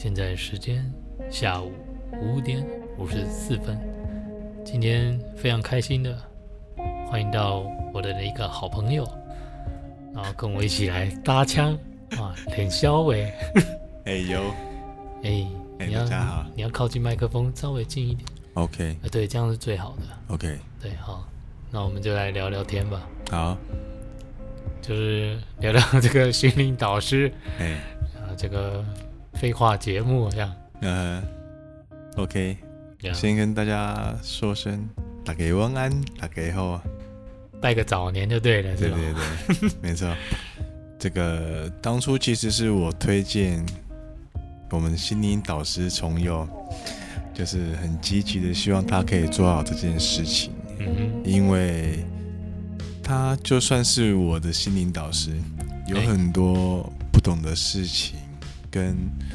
现在时间下午5点54分。今天非常开心的欢迎到我的一个好朋友，然后跟我一起来搭腔啊，脸小伟。 大家好， 你要靠近麦克风，稍微近一点。 OK， 对，这样是最好的。 OK， 对，好，那我们就来聊聊天吧。 好， 就是聊聊这个心灵导师，这个废话节目这样。 OK，先跟大家说声大家晚安，大家好， 拜个早年就对了，是吧？ 对，没错。这个当初其实是我推荐我们心灵导师崇佑，就是很积极的希望他可以做好这件事情，因为他就算是我的心灵导师，有很多不懂的事情跟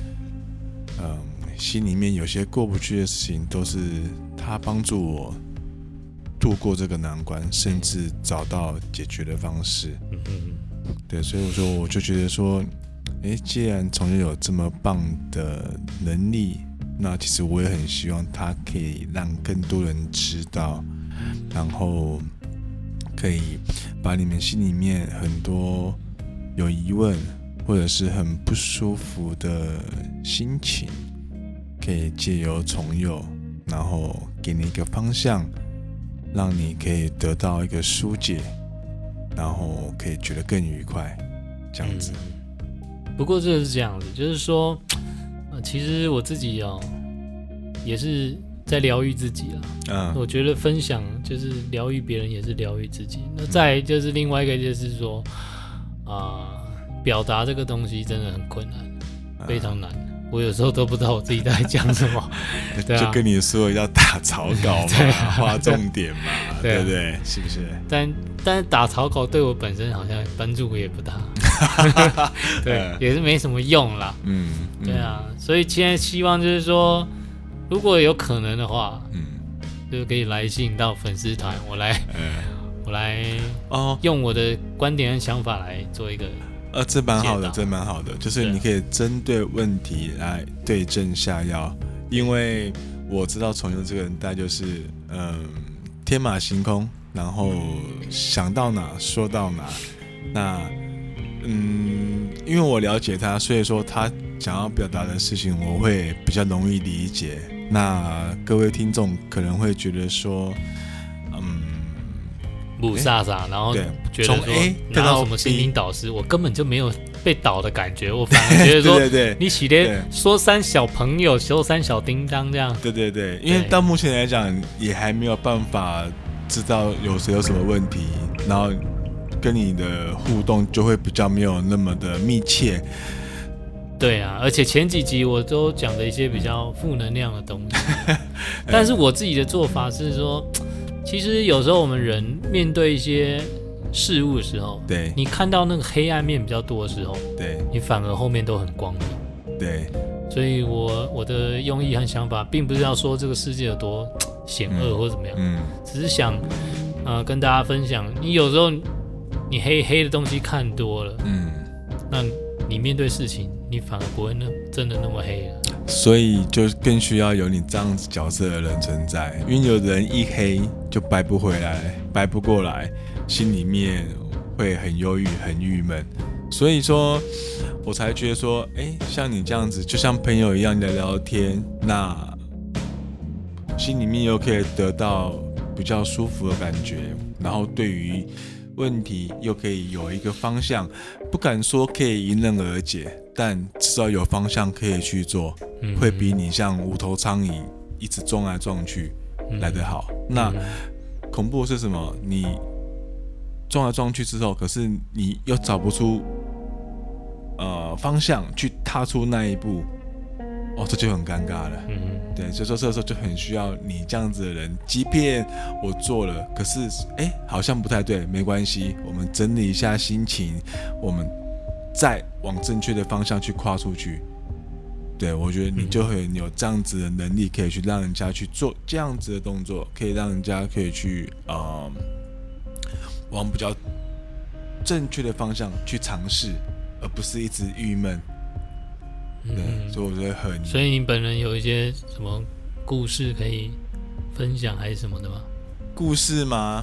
心里面有些过不去的事情，都是他帮助我度过这个难关，甚至找到解决的方式。对，所以我就觉得说，既然崇佑有这么棒的能力，那其实我也很希望他可以让更多人知道，然后可以把你们心里面很多有疑问或者是很不舒服的心情，可以借由崇佑，然后给你一个方向，让你可以得到一个疏解，然后可以觉得更愉快，这样子。 不过这是这样子，就是说，其实我自己也是在疗愈自己啦。我觉得分享就是疗愈别人，也是疗愈自己。那再来就是另外一个，就是说，表达这个东西真的很困难，非常难。我有时候都不知道我自己在讲什么。对啊， 就跟你说要打草稿嘛，画重点嘛，对不对？是不是？ 但是打草稿对我本身好像帮助也不大，对，也是没什么用啦。对啊，所以现在希望就是说，如果有可能的话，就可以来信到粉丝团，我来用我的观点和想法来做一个。 这蛮好的，这蛮好的，就是你可以针对问题来对症下药。因为我知道崇佑这个人，大概就是天马行空，然后想到哪说到哪。那因为我了解他，所以说他想要表达的事情，我会比较容易理解。那各位听众可能会觉得说， 不飒飒，然后觉得说哪有什么心灵导师，我根本就没有被导的感觉，我反而觉得说对你起来说三小朋友，说三小叮当这样。 对，因为到目前来讲也还没有办法知道有谁有什么问题，然后跟你的互动就会比较没有那么的密切。 对啊，而且前几集我都讲的一些比较负能量的东西，但是我自己的做法是说，其实有时候我们人面对一些事物的时候，对，你看到那个黑暗面比较多的时候，对，你反而后面都很光明。对，所以我的用意和想法，并不是要说这个世界有多险恶或怎么样，只是想跟大家分享，你有时候你黑的东西看多了，那你面对事情，你反而不会真的那么黑了。 所以就更需要有你这样子角色的人存在，因为有人一黑就白不回来，白不过来，心里面会很忧郁很郁闷。所以说我才觉得说，像你这样子就像朋友一样的聊天，那心里面又可以得到比较舒服的感觉，然后对于问题又可以有一个方向，不敢说可以迎刃而解，但至少有方向可以去做，会比你像无头苍蝇一直撞来撞去来得好。那恐怖的是什么？你撞来撞去之后，可是你又找不出方向去踏出那一步，这就很尴尬了。对，所以说这个时候就很需要你这样子的人，即便我做了，可是好像不太对，没关系，我们整理一下心情，我们再往正确的方向去跨出去。对，我觉得你就很有这样子的能力，可以去让人家去做这样子的动作，可以让人家可以去往比较正确的方向去尝试，而不是一直郁闷。 对，所以我觉得所以你本人有一些什么故事可以分享还是什么的吗？ 故事吗？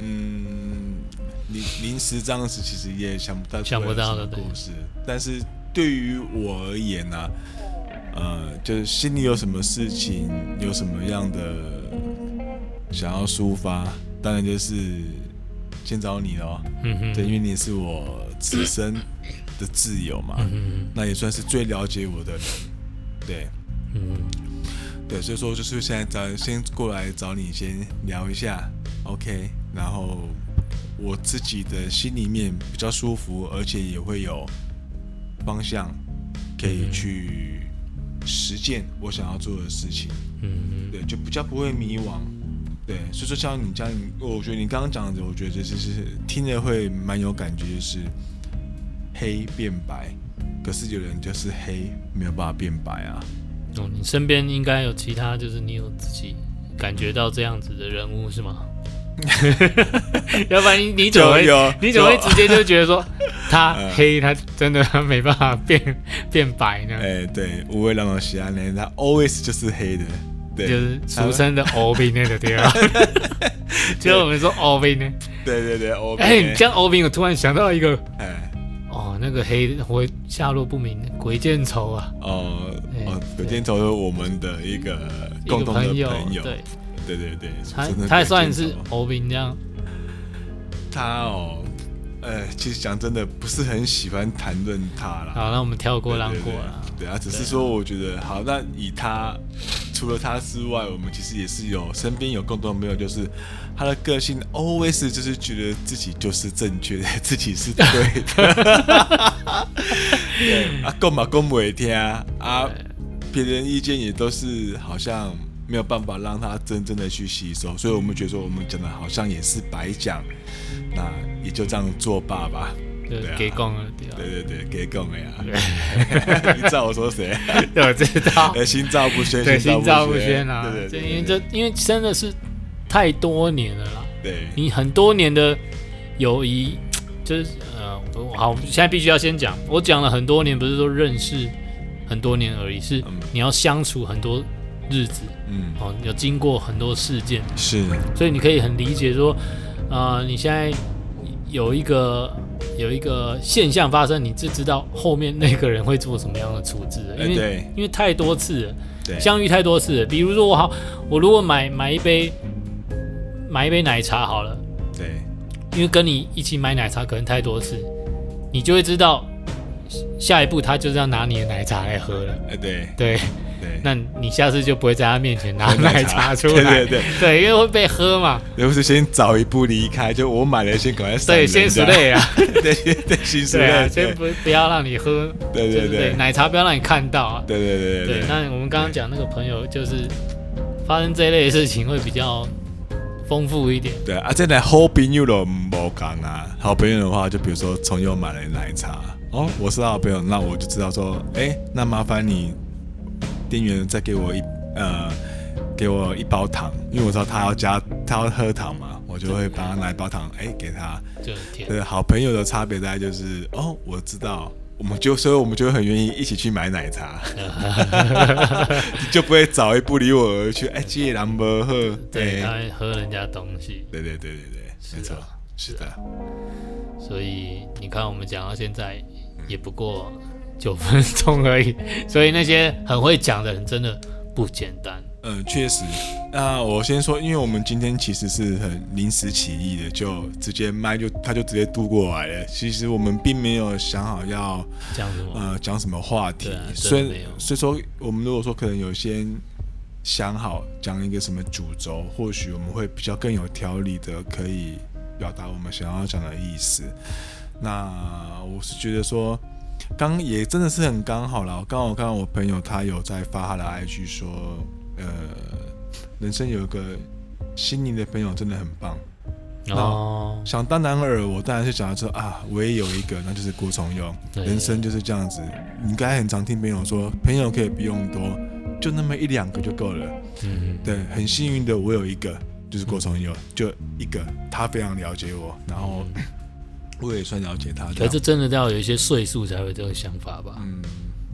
临时这样子其实也想不到的故事，但是对于我而言呢、就是心里有什么事情，有什么样的想要抒发，当然就是先找你咯。对，因为你是我此生的挚友嘛，那也算是最了解我的人，对，对，所以说就是现在先过来找你先聊一下 ，OK， 然后我自己的心里面比较舒服，而且也会有方向可以去实践我想要做的事情，对，就比较不会迷惘，对，所以说像你这样，我觉得你刚刚讲的，我觉得就是听着会蛮有感觉，就是黑变白，可是有人就是黑没有办法变白啊。 你身边应该有其他，就是你有自己感觉到这样子的人物是吗？要不然你怎么会直接就觉得说他黑，他真的没办法变白呢？ 对，有的人就是这样，他 always 就是黑的，对， 就是俗称的欧兵那个对吧？就是我们说欧兵呢， 对，欧兵。 你讲欧兵，我突然想到一个，那个黑会下落不明的鬼见愁啊！鬼见愁是我们的一个共同的朋友，对， 他算是欧兵这样。 他其实讲真的不是很喜欢谈论他啦。 好，那我们跳过浪过啦。 对啊，只是说我觉得好，那以他除了他之外，我们其实也是身边有共同的朋友，就是他的个性 always 就是觉得自己就是正确的，自己是对的。对啊，讲嘛讲不会听啊，别人意见也都是好像没有办法让他真正的去吸收，所以我们觉得说我们讲的好像也是白讲，那也就这样作罢吧。 对啊，给讲了， 对，给讲的呀。你知道我说谁？ 对，我知道。 心照不宣， 对，心照不宣啊。 对， 因为真的是太多年了啦。 对， 你很多年的友谊，就是好，现在必须要先讲，我讲了很多年，不是说认识很多年而已，是你要相处很多日子，有经过很多事件， 是， 所以你可以很理解说，你现在有一个现象发生，你就知道后面那个人会做什么样的处置了，因为太多次了，相遇太多次了。比如说我如果买一杯奶茶好了， 对， 因为跟你一起买奶茶可能太多次，你就会知道下一步他就是要拿你的奶茶来喝了。对，那你下次就不会在他面前拿奶茶出来。对，因为会被喝嘛。 又不是先早一步离开，就我买了先赶快闪人。 对，先熟累啊。 对，先熟累。 先不要让你喝。对，奶茶不要让你看到啊。 对。 那我们刚刚讲那个朋友，就是发生这一类的事情会比较丰富一点。 对啊，这来好朋友都不讲啊。好朋友的话，就比如说从友买了奶茶，我是好朋友，那我就知道说，那麻烦你店员再给我一包糖，因为我知道他要喝糖嘛，我就会帮他拿一包糖，给他。对，好朋友的差别大概就是，我知道。所以我们就会很愿意一起去买奶茶，你就不会早一步离我而去。这个人不喝， 对，他会喝人家东西。 对，没错，是的。 所以你看，我们讲到现在也不过9分钟而已，所以那些很会讲的人真的不简单。 确实。那我先说，因为我们今天其实是很临时起意的，就直接他就直接渡过来了。其实我们并没有想好要讲什么话题，所以说我们如果说可能有先想好讲一个什么主轴，或许我们会比较更有条理的可以表达我们想要讲的意思。那我是觉得说，也真的是很刚好啦。刚好看到我朋友他有在发他的 IG 说，人生有一个心灵的朋友真的很棒。想当然尔，我当然是想要说我也有一个，那就是郭崇佑。人生就是这样子，你应该很常听朋友说，朋友可以不用多，就那么1-2个就够了。对，很幸运的我有一个，就是郭崇佑，就一个，他非常了解我，然后我也算了解他。 可是真的要有一些岁数才会有这个想法吧？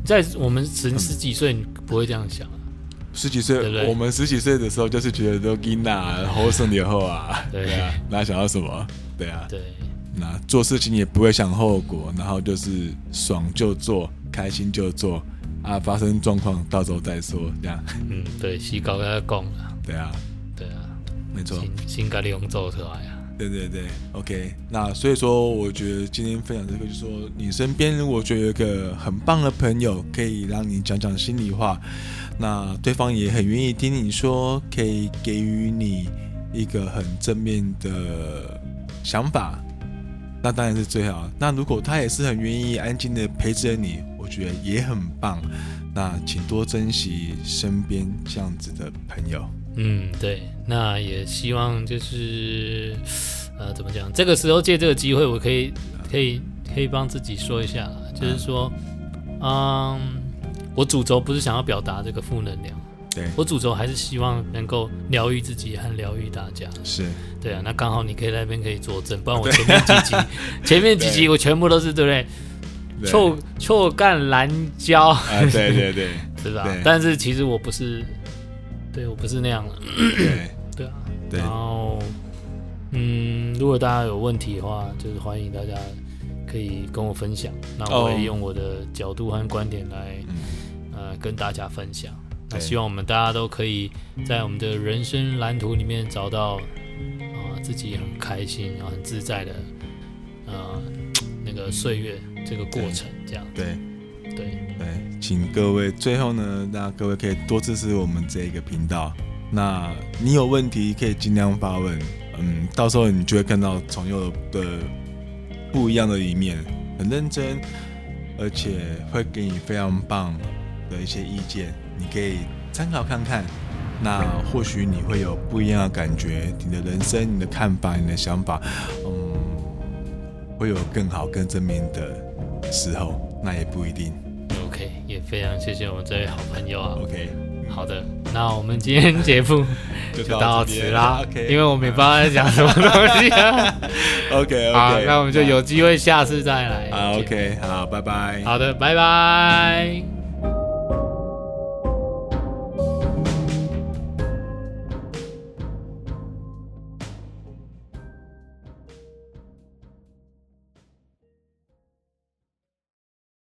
在我们十几岁，你不会这样想啊。 十几岁， 对不对我们十几岁的时候就是觉得都囡仔好生年后啊， 对啊，哪想到什么？对啊， 对， 那做事情也不会想后果，然后就是爽就做，开心就做啊，发生状况到时候再说，这样。 对，洗稿跟他讲啦。 对啊， 对啊， 没错， 先把利用做出来啊。 对对对 ，OK。那所以说，我觉得今天分享这个，就是说，你身边如果觉得有一个很棒的朋友，可以让你讲讲心里话，那对方也很愿意听你说，可以给予你一个很正面的想法，那当然是最好。那如果他也是很愿意安静的陪着你，我觉得也很棒。那请多珍惜身边这样子的朋友。 对，那也希望就是怎么讲？这个时候借这个机会，我可以帮自己说一下啦，就是说，我主轴不是想要表达这个负能量， 对， 我主轴还是希望能够疗愈自己和疗愈大家。 是， 对啊，那刚好你可以在那边可以作证，不然我前面几集我全部都是对不对？臭干蓝椒啊，对对对， 是吧？但是其实我不是。对，我不是那样的。对啊， 对。 然后，如果大家有问题的话，就是欢迎大家可以跟我分享，那我会用我的角度和观点来，跟大家分享。那希望我们大家都可以在我们的人生蓝图里面找到自己很开心、然后很自在的那个岁月这个过程，这样。 对。 对， 请各位最后呢，那各位可以多支持我们这个频道。那你有问题可以尽量发问，到时候你就会看到崇佑的不一样的一面，很认真，而且会给你非常棒的一些意见，你可以参考看看。那或许你会有不一样的感觉，你的人生、你的看法、你的想法，会有更好、更正面的时候。那也不一定。 OK， 也非常谢谢我们这位好朋友啊。 OK， 好的，那我们今天节目就到此啦。 OK， 因为我没办法讲什么东西啊。 OK， 好，那我们就有机会下次再来。 OK， 好，拜拜。 好的，拜拜。